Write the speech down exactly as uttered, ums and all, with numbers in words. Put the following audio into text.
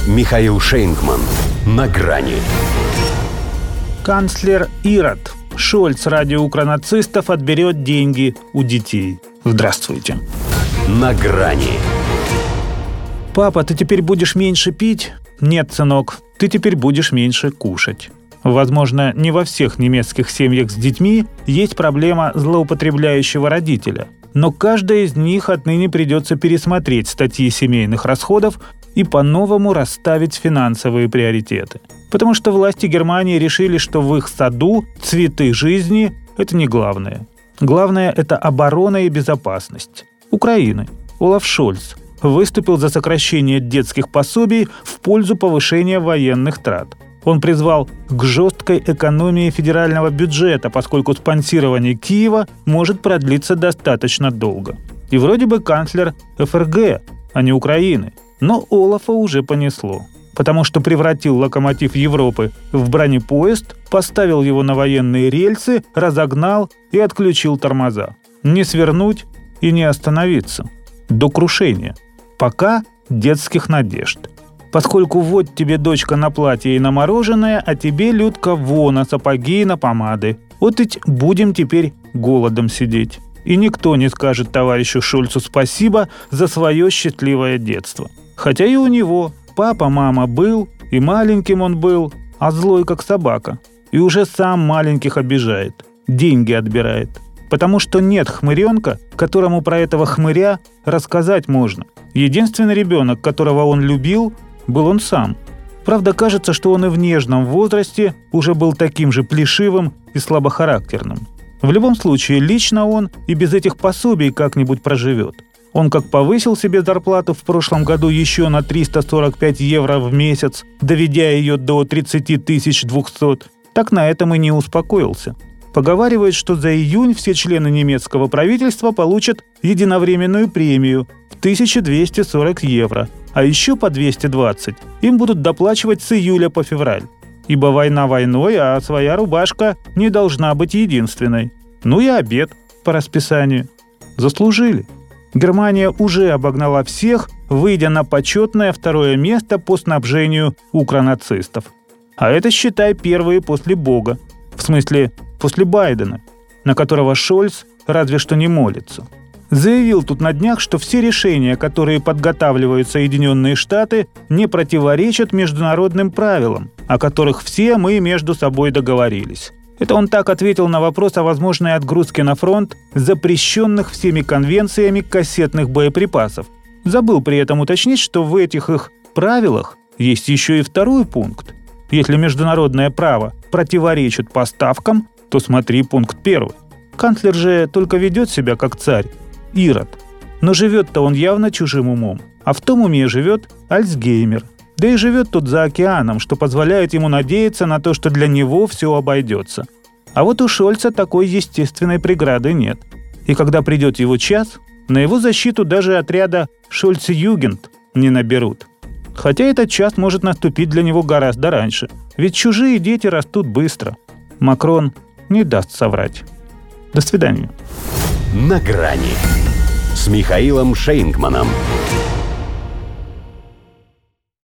Михаил Шейнгман. На грани. Канцлер Ирод. Шольц ради укронацистов отберет деньги у детей. Здравствуйте. На грани. Папа, ты теперь будешь меньше пить? Нет, сынок, ты теперь будешь меньше кушать. Возможно, не во всех немецких семьях с детьми есть проблема злоупотребляющего родителя, но каждой из них отныне придется пересмотреть статьи семейных расходов и по-новому расставить финансовые приоритеты. Потому что власти Германии решили, что в их саду цветы жизни – это не главное. Главное – это оборона и безопасность. Украины. Олаф Шольц выступил за сокращение детских пособий в пользу повышения военных трат. Он призвал к жесткой экономии федерального бюджета, поскольку спонсирование Киева может продлиться достаточно долго. И вроде бы канцлер эф эр гэ, а не Украины. Но Олафа уже понесло, потому что превратил локомотив Европы в бронепоезд, поставил его на военные рельсы, разогнал и отключил тормоза. Не свернуть и не остановиться. До крушения. Пока детских надежд. Поскольку вот тебе, дочка, на платье и на мороженое, а тебе, Людка, вон, на сапоги и на помады. Вот ведь будем теперь голодом сидеть. И никто не скажет товарищу Шольцу спасибо за свое счастливое детство. Хотя и у него папа-мама был, и маленьким он был, а злой как собака. И уже сам маленьких обижает, деньги отбирает. Потому что нет хмыренка, которому про этого хмыря рассказать можно. Единственный ребенок, которого он любил, был он сам. Правда, кажется, что он и в нежном возрасте уже был таким же плешивым и слабохарактерным. В любом случае, лично он и без этих пособий как-нибудь проживет. Он как повысил себе зарплату в прошлом году еще на триста сорок пять евро в месяц, доведя ее до тридцать тысяч двести, так на этом и не успокоился. Поговаривают, что за июнь все члены немецкого правительства получат единовременную премию в тысяча двести сорок евро, а еще по двести двадцать им будут доплачивать с июля по февраль. Ибо война войной, а своя рубашка не должна быть единственной. Ну и обед по расписанию. Заслужили. Германия уже обогнала всех, выйдя на почетное второе место по снабжению укронацистов. А это, считай, первые после Бога. В смысле, после Байдена, на которого Шольц разве что не молится. Заявил тут на днях, что все решения, которые подготавливают Соединенные Штаты, не противоречат международным правилам, о которых все мы между собой договорились. Это он так ответил на вопрос о возможной отгрузке на фронт запрещенных всеми конвенциями кассетных боеприпасов. Забыл при этом уточнить, что в этих их правилах есть еще и второй пункт. Если международное право противоречит поставкам, то смотри пункт первый. Канцлер же только ведет себя как царь, Ирод. Но живет-то он явно чужим умом. А в том уме живет Альцгеймер. Да и живет тут за океаном, что позволяет ему надеяться на то, что для него все обойдется. А вот у Шольца такой естественной преграды нет. И когда придет его час, на его защиту даже отряда Шольц-Югент не наберут. Хотя этот час может наступить для него гораздо раньше. Ведь чужие дети растут быстро. Макрон не даст соврать. До свидания. На грани с Михаилом Шейнгманом.